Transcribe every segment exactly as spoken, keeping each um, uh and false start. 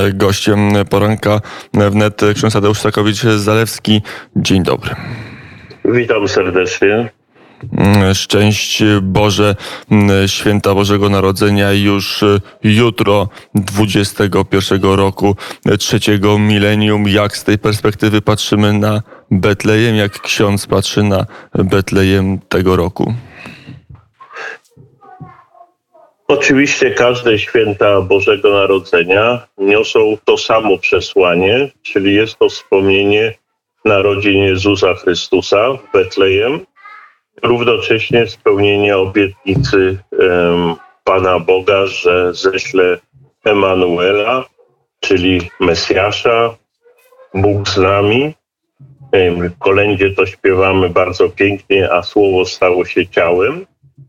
Gościem poranka wnet ksiądz Tadeusz Sakowicz-Zalewski. Dzień dobry. Witam serdecznie. Szczęść Boże, święta Bożego Narodzenia już jutro, dwudziestego pierwszego roku trzeciego milenium. Jak z tej perspektywy patrzymy na Betlejem? Jak ksiądz patrzy na Betlejem tego roku? Oczywiście każde święta Bożego Narodzenia niosą to samo przesłanie, czyli jest to wspomnienie narodzin Jezusa Chrystusa w Betlejem, równocześnie spełnienie obietnicy um, Pana Boga, że ześle Emanuela, czyli Mesjasza, Bóg z nami. W kolędzie to śpiewamy bardzo pięknie, a słowo stało się ciałem.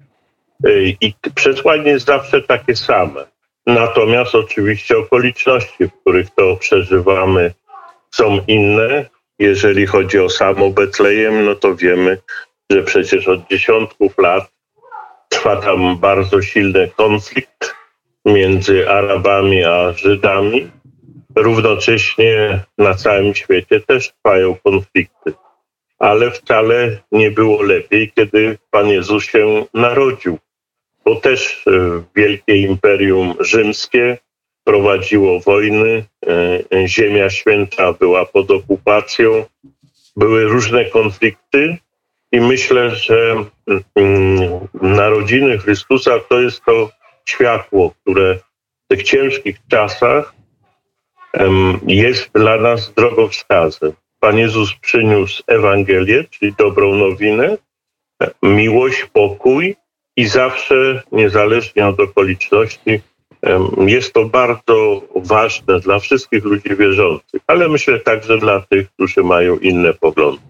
I przesłanie jest zawsze takie same. Natomiast oczywiście okoliczności, w których to przeżywamy, są inne. Jeżeli chodzi o samo Betlejem, no to wiemy, że przecież od dziesiątków lat trwa tam bardzo silny konflikt między Arabami a Żydami. Równocześnie na całym świecie też trwają konflikty. Ale wcale nie było lepiej, kiedy Pan Jezus się narodził. Bo też wielkie imperium rzymskie prowadziło wojny, Ziemia Święta była pod okupacją, były różne konflikty i myślę, że narodziny Chrystusa to jest to światło, które w tych ciężkich czasach jest dla nas drogowskazem. Pan Jezus przyniósł Ewangelię, czyli dobrą nowinę, miłość, pokój i zawsze, niezależnie od okoliczności, jest to bardzo ważne dla wszystkich ludzi wierzących, ale myślę także dla tych, którzy mają inne poglądy.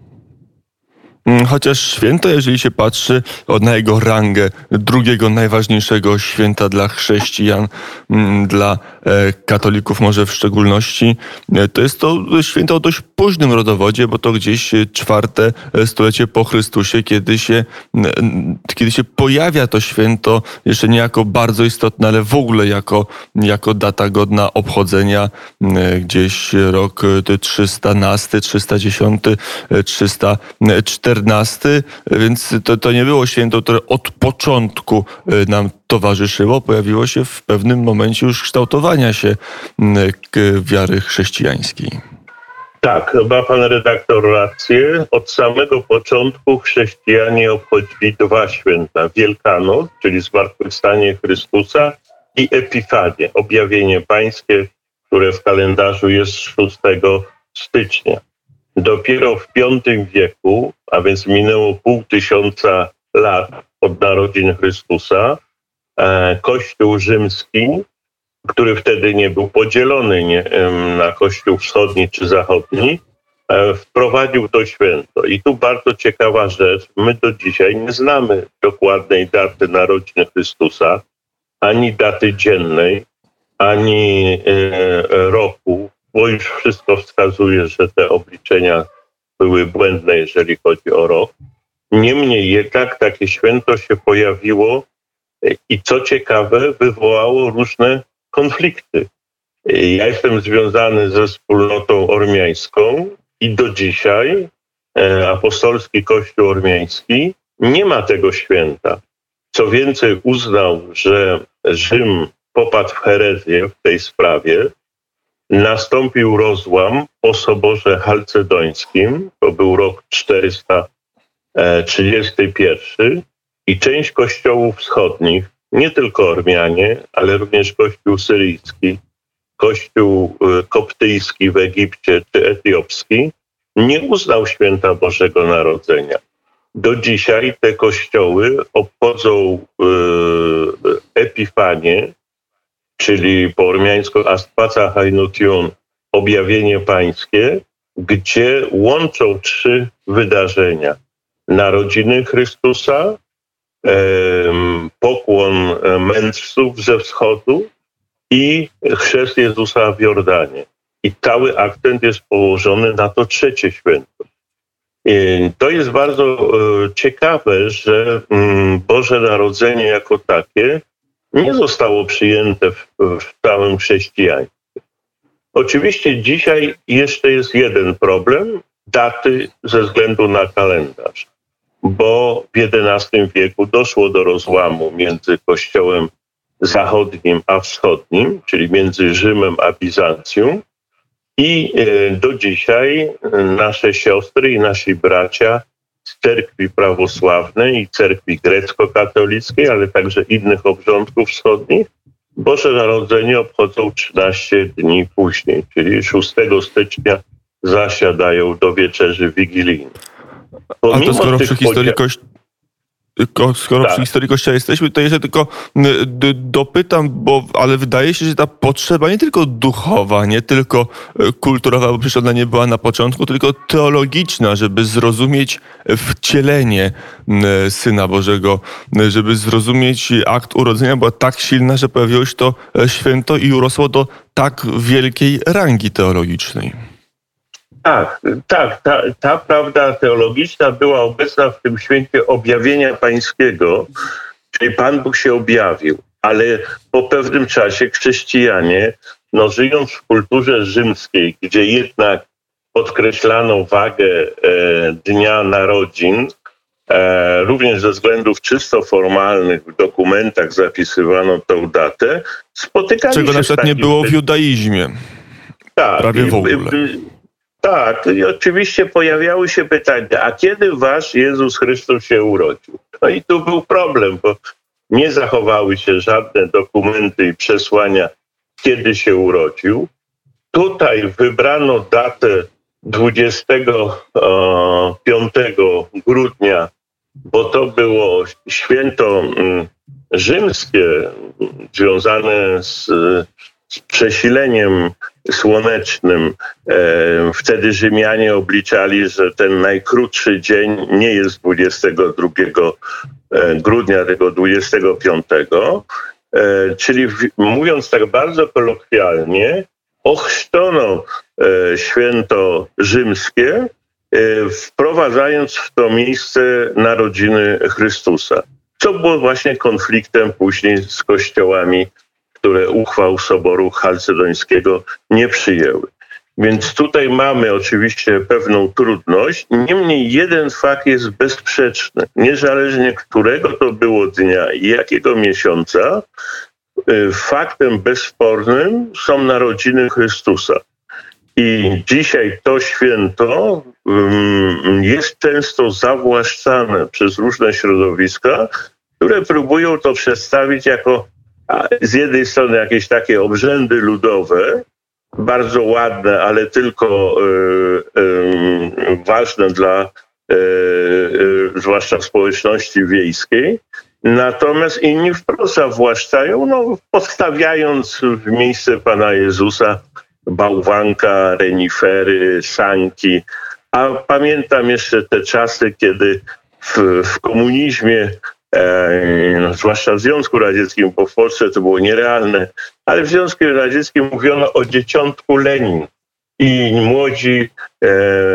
Chociaż święto, jeżeli się patrzy na jego rangę drugiego najważniejszego święta dla chrześcijan, dla katolików może w szczególności, to jest to święto o dość późnym rodowodzie, bo to gdzieś czwarte stulecie po Chrystusie, kiedy się, kiedy się pojawia to święto jeszcze nie jako bardzo istotne, ale w ogóle jako, jako data godna obchodzenia, gdzieś rok trzynasty, trzysta dziesiąty, trzysta czternasty, więc to, to nie było święto, które od początku nam towarzyszyło, pojawiło się w pewnym momencie już kształtowania się wiary chrześcijańskiej. Tak, ma pan redaktor rację. Od samego początku chrześcijanie obchodzili dwa święta. Wielkanoc, czyli zmartwychwstanie Chrystusa, i Epifanię, objawienie pańskie, które w kalendarzu jest szóstego stycznia. Dopiero w piątym wieku, a więc minęło pół tysiąca lat od narodzin Chrystusa, Kościół rzymski, który wtedy nie był podzielony nie, na Kościół wschodni czy zachodni, wprowadził to święto. I tu bardzo ciekawa rzecz, my do dzisiaj nie znamy dokładnej daty narodzin Chrystusa, ani daty dziennej, ani roku, bo już wszystko wskazuje, że te obliczenia były błędne, jeżeli chodzi o rok. Niemniej jednak takie święto się pojawiło i co ciekawe, wywołało różne konflikty. Ja jestem związany ze wspólnotą ormiańską i do dzisiaj apostolski Kościół ormiański nie ma tego święta. Co więcej, uznał, że Rzym popadł w herezję w tej sprawie. Nastąpił rozłam po Soborze Chalcedońskim, to był rok czterysta trzydziesty pierwszy i część kościołów wschodnich, nie tylko Ormianie, ale również kościół syryjski, kościół koptyjski w Egipcie czy etiopski, nie uznał święta Bożego Narodzenia. Do dzisiaj te kościoły obchodzą Epifanię, czyli po ormiańsku Astpaca Hainutiun, objawienie pańskie, gdzie łączą trzy wydarzenia. Narodziny Chrystusa, pokłon mędrców ze wschodu i chrzest Jezusa w Jordanie. I cały akcent jest położony na to trzecie święto. I to jest bardzo ciekawe, że Boże Narodzenie jako takie nie zostało przyjęte w, w całym chrześcijaństwie. Oczywiście dzisiaj jeszcze jest jeden problem, daty ze względu na kalendarz, bo w jedenastym wieku doszło do rozłamu między Kościołem zachodnim a wschodnim, czyli między Rzymem a Bizancjum, i do dzisiaj nasze siostry i nasi bracia z cerkwi prawosławnej i cerkwi grecko-katolickiej, ale także innych obrządków wschodnich, Boże Narodzenie obchodzą trzynaście dni później, czyli szóstego stycznia zasiadają do wieczerzy wigilijnej. A to skoro przy historii Kościoła... Skoro tak. przy historii Kościoła jesteśmy, to jeszcze tylko d- dopytam, bo ale wydaje się, że ta potrzeba nie tylko duchowa, nie tylko kulturowa, bo przecież ona nie była na początku, tylko teologiczna, żeby zrozumieć wcielenie Syna Bożego, żeby zrozumieć akt urodzenia, była tak silna, że pojawiło się to święto i urosło do tak wielkiej rangi teologicznej. Tak, tak. Ta, ta prawda teologiczna była obecna w tym święcie objawienia pańskiego, czyli Pan Bóg się objawił, ale po pewnym czasie chrześcijanie, no żyjąc w kulturze rzymskiej, gdzie jednak podkreślano wagę e, Dnia Narodzin, e, również ze względów czysto formalnych w dokumentach zapisywano tę datę, spotykali Czego się na przykład nie było w judaizmie. Tak, prawie w ogóle. Tak, i oczywiście pojawiały się pytania, a kiedy wasz Jezus Chrystus się urodził? No i tu był problem, bo nie zachowały się żadne dokumenty i przesłania, kiedy się urodził. Tutaj wybrano datę dwudziestego piątego grudnia, bo to było święto rzymskie związane z, z przesileniem słonecznym. Wtedy Rzymianie obliczali, że ten najkrótszy dzień nie jest dwudziestego drugiego grudnia, tylko dwudziestego piątego. Czyli mówiąc tak bardzo kolokwialnie, ochrzczono święto rzymskie, wprowadzając w to miejsce narodziny Chrystusa, co było właśnie konfliktem później z kościołami, które uchwał Soboru Chalcedońskiego nie przyjęły. Więc tutaj mamy oczywiście pewną trudność. Niemniej jeden fakt jest bezsprzeczny. Niezależnie którego to było dnia i jakiego miesiąca, faktem bezspornym są narodziny Chrystusa. I dzisiaj to święto jest często zawłaszczane przez różne środowiska, które próbują to przedstawić jako z jednej strony jakieś takie obrzędy ludowe, bardzo ładne, ale tylko y, y, ważne dla y, y, zwłaszcza społeczności wiejskiej. Natomiast inni wprost zawłaszczają, no, podstawiając w miejsce Pana Jezusa bałwanka, renifery, sańki. A pamiętam jeszcze te czasy, kiedy w, w komunizmie, e, no, zwłaszcza w Związku Radzieckim, bo w Polsce to było nierealne, ale w Związku Radzieckim mówiono o dzieciątku Lenin. I młodzi e,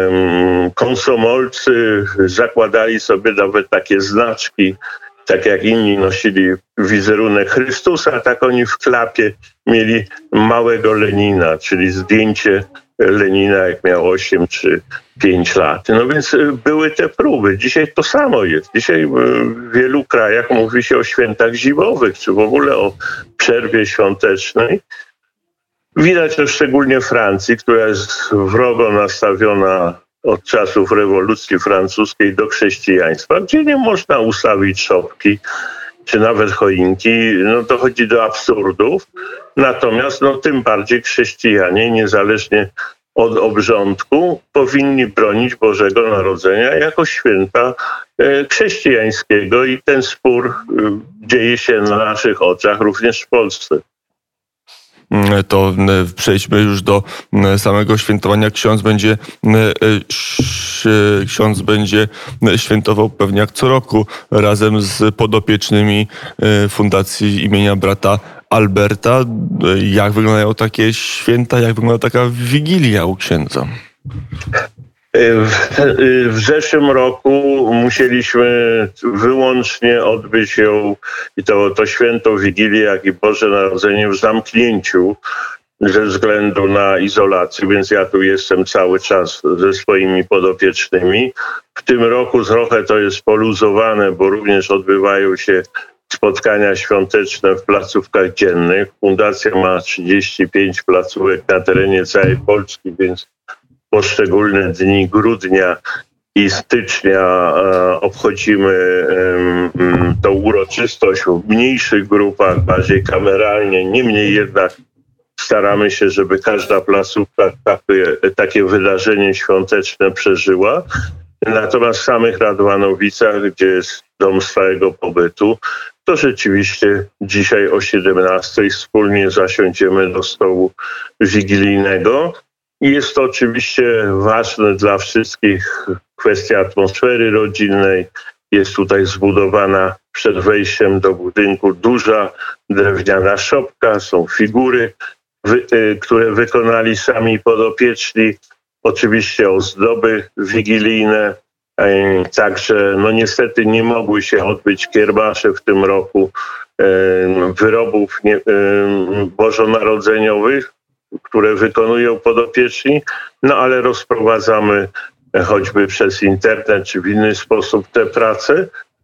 komsomolcy zakładali sobie nawet takie znaczki, tak jak inni nosili wizerunek Chrystusa, tak oni w klapie mieli małego Lenina, czyli zdjęcie Lenina, jak miał osiem czy pięć lat. No więc były te próby. Dzisiaj to samo jest. Dzisiaj w wielu krajach mówi się o świętach zimowych, czy w ogóle o przerwie świątecznej. Widać to szczególnie w Francji, która jest wrogo nastawiona od czasów rewolucji francuskiej do chrześcijaństwa, gdzie nie można ustawić szopki, czy nawet choinki. No to chodzi do absurdów. Natomiast no, tym bardziej chrześcijanie, niezależnie od obrządku, powinni bronić Bożego Narodzenia jako święta e, chrześcijańskiego i ten spór e, dzieje się na naszych oczach również w Polsce. To przejdźmy już do samego świętowania. Ksiądz będzie, ksiądz będzie świętował pewnie jak co roku razem z podopiecznymi Fundacji imienia brata Alberta. Jak wyglądają takie święta, jak wygląda taka wigilia u księdza? W, w zeszłym roku musieliśmy wyłącznie odbyć ją, i to, to święto Wigilię, jak i Boże Narodzenie w zamknięciu, ze względu na izolację, więc ja tu jestem cały czas ze swoimi podopiecznymi. W tym roku trochę to jest poluzowane, bo również odbywają się spotkania świąteczne w placówkach dziennych. Fundacja ma trzydzieści pięć placówek na terenie całej Polski, więc poszczególne dni grudnia i stycznia e, obchodzimy e, tą uroczystość w mniejszych grupach, bardziej kameralnie. Niemniej jednak staramy się, żeby każda placówka takie, takie wydarzenie świąteczne przeżyła. Natomiast w samych Radwanowicach, gdzie jest dom stałego pobytu, to rzeczywiście dzisiaj o siedemnastej wspólnie zasiądziemy do stołu wigilijnego. I jest to oczywiście ważne dla wszystkich, kwestia atmosfery rodzinnej. Jest tutaj zbudowana przed wejściem do budynku duża drewniana szopka, są figury, wy, y, które wykonali sami podopieczni. Oczywiście ozdoby wigilijne. Y, także no niestety nie mogły się odbyć kiermasze w tym roku y, wyrobów nie, y, bożonarodzeniowych, które wykonują podopieczni, no ale rozprowadzamy choćby przez internet czy w inny sposób te prace.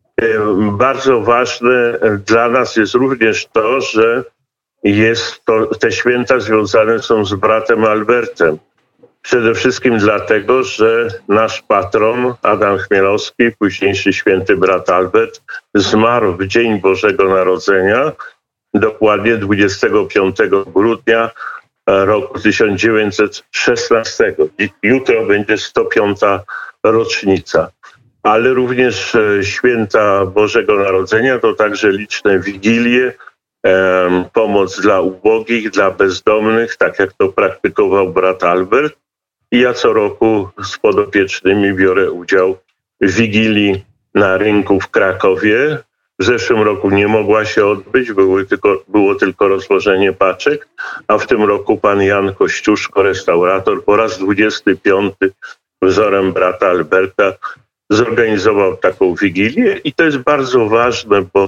Bardzo ważne dla nas jest również to, że jest to, te święta związane są z bratem Albertem. Przede wszystkim dlatego, że nasz patron Adam Chmielowski, późniejszy święty brat Albert, zmarł w dzień Bożego Narodzenia, dokładnie dwudziestego piątego grudnia roku tysiąc dziewięćset szesnastego. Jutro będzie sto piąta rocznica. Ale również święta Bożego Narodzenia to także liczne wigilie, em, pomoc dla ubogich, dla bezdomnych, tak jak to praktykował brat Albert. I ja co roku z podopiecznymi biorę udział w wigilii na rynku w Krakowie. W zeszłym roku nie mogła się odbyć, były tylko, było tylko rozłożenie paczek, a w tym roku pan Jan Kościuszko, restaurator, po raz dwudziesty piąty wzorem brata Alberta zorganizował taką wigilię i to jest bardzo ważne, bo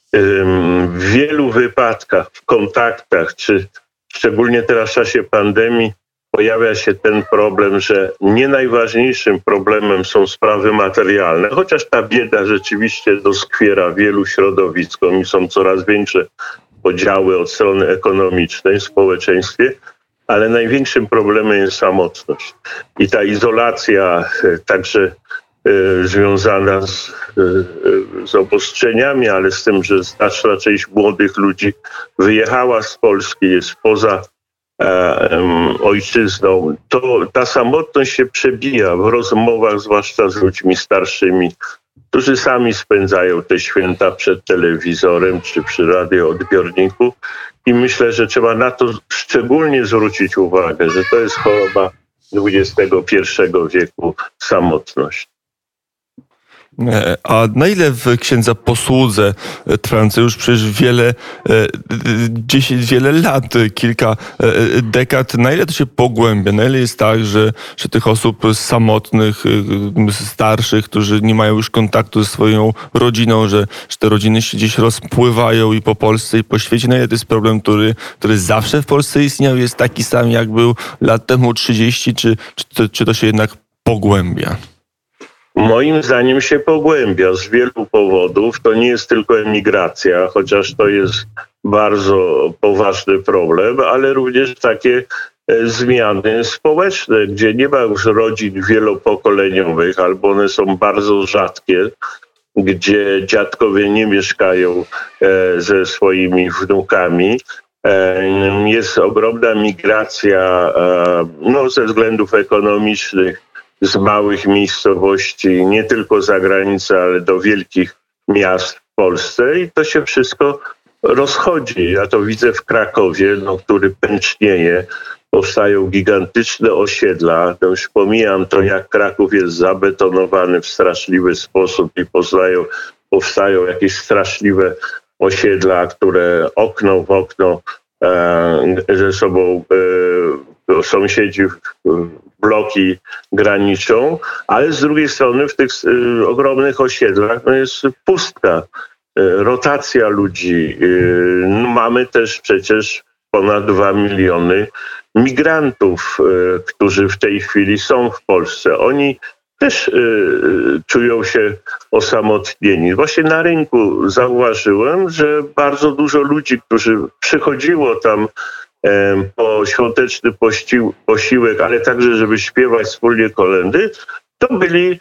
ym, w wielu wypadkach, w kontaktach, czy szczególnie teraz w czasie pandemii, pojawia się ten problem, że nie najważniejszym problemem są sprawy materialne, chociaż ta bieda rzeczywiście doskwiera wielu środowiskom i są coraz większe podziały od strony ekonomicznej w społeczeństwie, ale największym problemem jest samotność. I ta izolacja także y, związana z, y, z obostrzeniami, ale z tym, że znaczna część młodych ludzi wyjechała z Polski, jest poza ojczyzną, to ta samotność się przebija w rozmowach, zwłaszcza z ludźmi starszymi, którzy sami spędzają te święta przed telewizorem czy przy radioodbiorniku. I myślę, że trzeba na to szczególnie zwrócić uwagę, że to jest choroba dwudziestego pierwszego wieku, samotność. A na ile w księdza posłudze trwającej już przecież wiele, dziesięć, wiele lat, kilka dekad, na ile to się pogłębia? Na ile jest tak, że, że tych osób samotnych, starszych, którzy nie mają już kontaktu ze swoją rodziną, że, że te rodziny się gdzieś rozpływają i po Polsce, i po świecie? Na ile to jest problem, który, który zawsze w Polsce istniał, jest taki sam, jak był lat temu trzydzieści, czy, czy, czy to się jednak pogłębia? Moim zdaniem się pogłębia z wielu powodów. To nie jest tylko emigracja, chociaż to jest bardzo poważny problem, ale również takie zmiany społeczne, gdzie nie ma już rodzin wielopokoleniowych, albo one są bardzo rzadkie, gdzie dziadkowie nie mieszkają ze swoimi wnukami. Jest ogromna migracja no, ze względów ekonomicznych z małych miejscowości, nie tylko za granicę, ale do wielkich miast w Polsce i to się wszystko rozchodzi. Ja to widzę w Krakowie, no, który pęcznieje. Powstają gigantyczne osiedla. No już pomijam to, jak Kraków jest zabetonowany w straszliwy sposób i powstają, powstają jakieś straszliwe osiedla, które okno w okno e, ze sobą e, sąsiedzi bloki graniczą, ale z drugiej strony w tych y, ogromnych osiedlach no jest pustka, y, rotacja ludzi. Y, no mamy też przecież w ponad dwa miliony migrantów, którzy w tej chwili są w Polsce. Oni też czują się osamotnieni. Właśnie na rynku zauważyłem, że bardzo dużo ludzi, którzy przychodziło tam po świąteczny pości- posiłek, ale także, żeby śpiewać wspólnie kolędy, to byli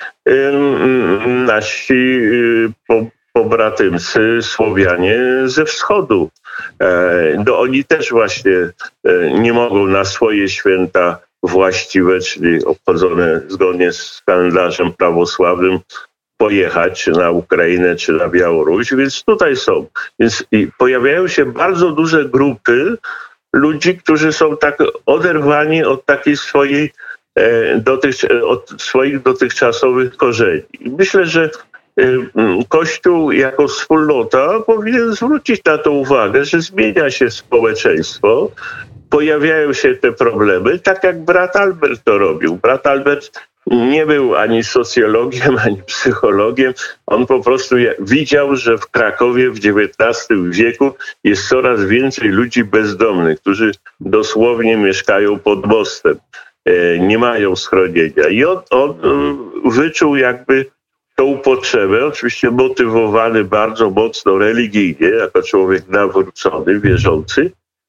nasi pobratymcy Słowianie ze wschodu. No oni też właśnie nie mogą na swoje święta właściwe, czyli obchodzone zgodnie z kalendarzem prawosławnym, pojechać na Ukrainę czy na Białoruś, więc tutaj są. Więc pojawiają się bardzo duże grupy ludzi, którzy są tak oderwani od takiej swojej, dotychczas, od swoich dotychczasowych korzeni. Myślę, że Kościół jako wspólnota powinien zwrócić na to uwagę, że zmienia się społeczeństwo, pojawiają się te problemy, tak jak brat Albert to robił. Brat Albert nie był ani socjologiem, ani psychologiem. On po prostu widział, że w Krakowie w dziewiętnastym wieku jest coraz więcej ludzi bezdomnych, którzy dosłownie mieszkają pod mostem, nie mają schronienia. I on, on wyczuł jakby tą potrzebę, oczywiście motywowany bardzo mocno religijnie, jako człowiek nawrócony, wierzący,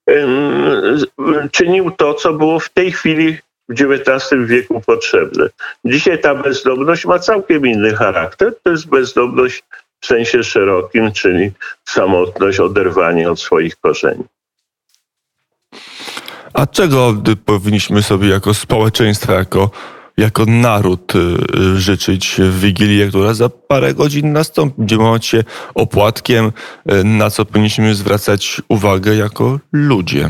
czynił to, co było w tej chwili w dziewiętnastym wieku potrzebne. Dzisiaj ta bezdomność ma całkiem inny charakter. To jest bezdomność w sensie szerokim, czyli samotność, oderwanie od swoich korzeni. A czego powinniśmy sobie jako społeczeństwo, jako, jako naród życzyć w Wigilię, która za parę godzin nastąpi? Będziemy mować się opłatkiem, na co powinniśmy zwracać uwagę jako ludzie.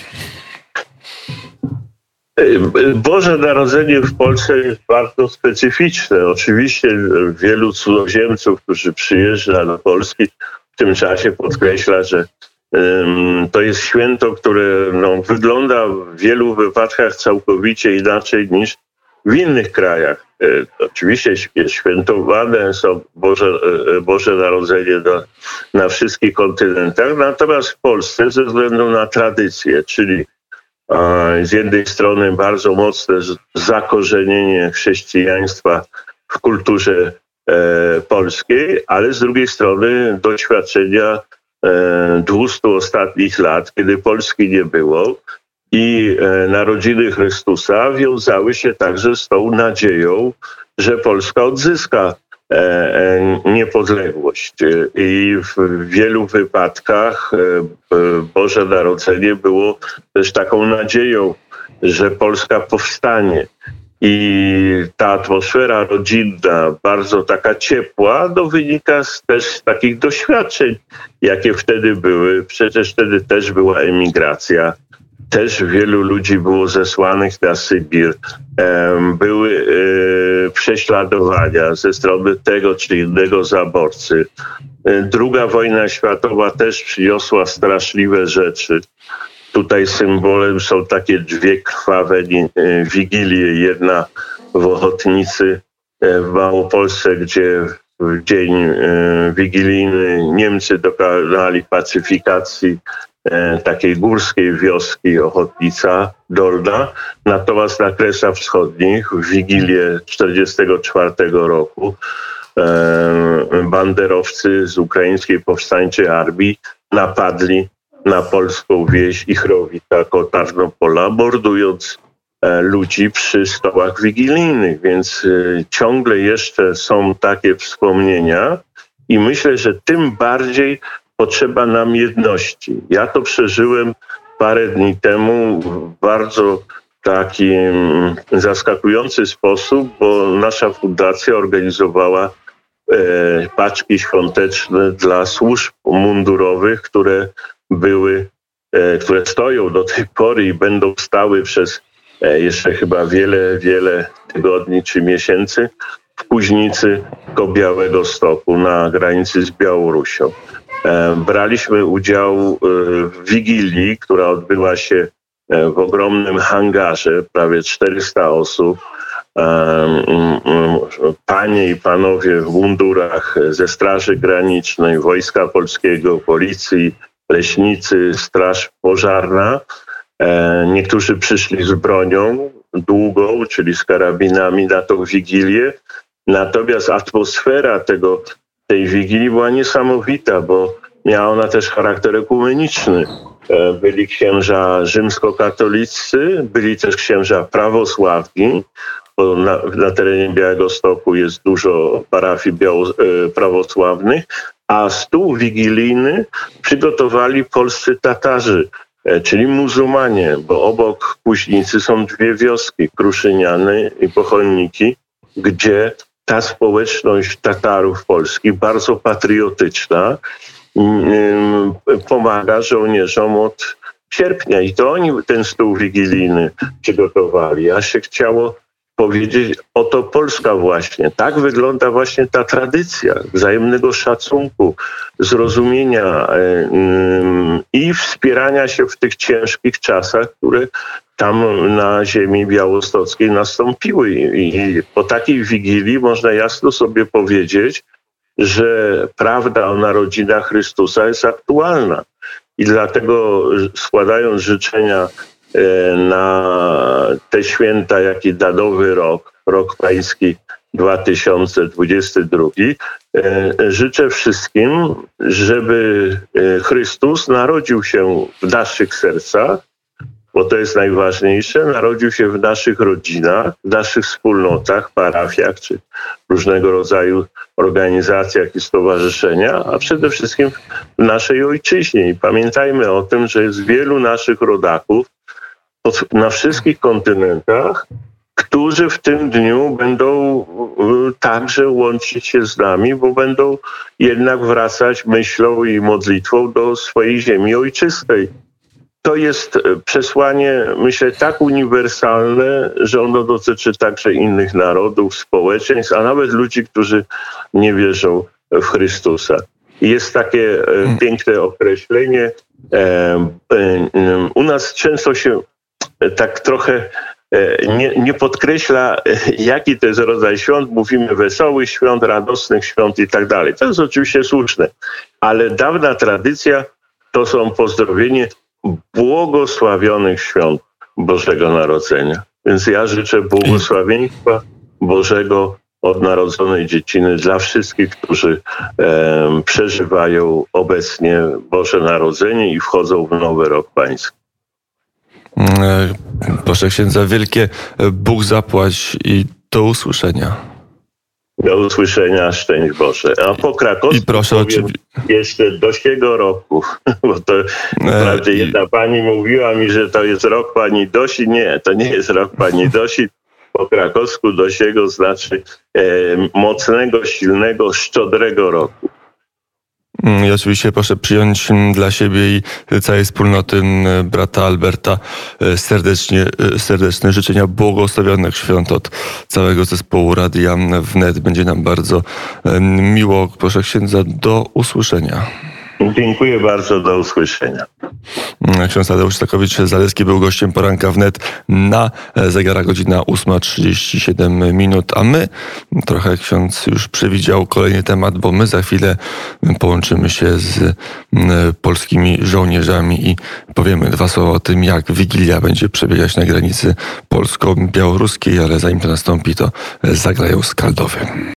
Boże Narodzenie w Polsce jest bardzo specyficzne. Oczywiście wielu cudzoziemców, którzy przyjeżdża do Polski, w tym czasie podkreśla, że um, to jest święto, które no, wygląda w wielu wypadkach całkowicie inaczej niż w innych krajach. E, oczywiście świętowane są Boże, e, Boże Narodzenie na, na wszystkich kontynentach, natomiast w Polsce ze względu na tradycję, czyli z jednej strony bardzo mocne zakorzenienie chrześcijaństwa w kulturze e, polskiej, ale z drugiej strony doświadczenia e, dwustu ostatnich lat, kiedy Polski nie było i e, narodziny Chrystusa wiązały się także z tą nadzieją, że Polska odzyska niepodległość. I w wielu wypadkach Boże Narodzenie było też taką nadzieją, że Polska powstanie. I ta atmosfera rodzinna, bardzo taka ciepła, no wynika z, też z takich doświadczeń, jakie wtedy były. Przecież wtedy też była emigracja. Też wielu ludzi było zesłanych na Sybir. Były prześladowania ze strony tego czy innego zaborcy. Druga wojna światowa też przyniosła straszliwe rzeczy. Tutaj symbolem są takie dwie krwawe wigilie. Jedna w Ochotnicy w Małopolsce, gdzie w dzień wigilijny Niemcy dokonali pacyfikacji takiej górskiej wioski Ochotnica Dolna. Natomiast na Kresach Wschodnich w Wigilię tysiąc dziewięćset czterdziestego czwartego roku banderowcy z ukraińskiej powstańczej armii napadli na polską wieś Ichrowita koło Tarnopola, mordując ludzi przy stołach wigilijnych. Więc ciągle jeszcze są takie wspomnienia i myślę, że tym bardziej potrzeba nam jedności. Ja to przeżyłem parę dni temu w bardzo taki zaskakujący sposób, bo nasza fundacja organizowała e, paczki świąteczne dla służb mundurowych, które były, e, które stoją do tej pory i będą stały przez e, jeszcze chyba wiele, wiele tygodni czy miesięcy w Kuźnicy koło Białegostoku na granicy z Białorusią. Braliśmy udział w Wigilii, która odbyła się w ogromnym hangarze, prawie czterysta osób. Panie i panowie w mundurach ze Straży Granicznej, Wojska Polskiego, Policji, leśnicy, straż pożarna. Niektórzy przyszli z bronią długą, czyli z karabinami na tą wigilię. Natomiast atmosfera tego, tej wigilii była niesamowita, bo miała ona też charakter ekumeniczny. Byli księża rzymskokatolicy, byli też księża prawosławni, bo na, na terenie Białegostoku jest dużo parafii biało, prawosławnych, a stół wigilijny przygotowali polscy Tatarzy, czyli muzułmanie, bo obok Kuźnicy są dwie wioski, Kruszyniany i Pochojniki, gdzie ta społeczność Tatarów polskich, bardzo patriotyczna, pomaga żołnierzom od sierpnia. I to oni ten stół wigilijny przygotowali. A się chciało powiedzieć, oto Polska właśnie. Tak wygląda właśnie ta tradycja wzajemnego szacunku, zrozumienia i wspierania się w tych ciężkich czasach, które tam na ziemi białostockiej nastąpiły. I po takiej wigilii można jasno sobie powiedzieć, że prawda o narodzinach Chrystusa jest aktualna. I dlatego składając życzenia na te święta, jak i na nowy rok, rok pański dwa tysiące dwudziesty drugi, życzę wszystkim, żeby Chrystus narodził się w naszych sercach, bo to jest najważniejsze, narodził się w naszych rodzinach, w naszych wspólnotach, parafiach czy różnego rodzaju organizacjach i stowarzyszeniach, a przede wszystkim w naszej ojczyźnie. I pamiętajmy o tym, że jest wielu naszych rodaków na wszystkich kontynentach, którzy w tym dniu będą także łączyć się z nami, bo będą jednak wracać myślą i modlitwą do swojej ziemi ojczystej. To jest przesłanie, myślę, tak uniwersalne, że ono dotyczy także innych narodów, społeczeństw, a nawet ludzi, którzy nie wierzą w Chrystusa. Jest takie hmm. piękne określenie. U nas często się tak trochę nie, nie podkreśla, jaki to jest rodzaj świąt. Mówimy wesołych świąt, radosnych świąt i tak dalej. To jest oczywiście słuszne, ale dawna tradycja to są pozdrowienie błogosławionych świąt Bożego Narodzenia. Więc ja życzę błogosławieństwa Bożego od narodzonej dzieciny dla wszystkich, którzy e, przeżywają obecnie Boże Narodzenie i wchodzą w nowy rok pański. Proszę księdza, wielkie Bóg zapłać i do usłyszenia. Do usłyszenia, szczęść Boże. A po krakowsku I proszę powiem jeszcze do siego roku, bo to wprawdzie e, jedna pani mówiła mi, że to jest rok pani Dosi. Nie, to nie jest rok pani Dosi. Po krakowsku do siego znaczy e, mocnego, silnego, szczodrego roku. I oczywiście proszę przyjąć dla siebie i całej wspólnoty brata Alberta serdecznie, serdeczne życzenia błogosławionych świąt od całego zespołu Radia Wnet. Będzie nam bardzo miło. Proszę księdza, do usłyszenia. Dziękuję bardzo, do usłyszenia. Ksiądz Tadeusz Stakowicz-Zaleski był gościem Poranka Wnet. Na zegarach godzina ósma trzydzieści siedem minut, a my, trochę ksiądz już przewidział kolejny temat, bo my za chwilę połączymy się z polskimi żołnierzami i powiemy dwa słowa o tym, jak Wigilia będzie przebiegać na granicy polsko-białoruskiej, ale zanim to nastąpi, to zagrają Skaldowy.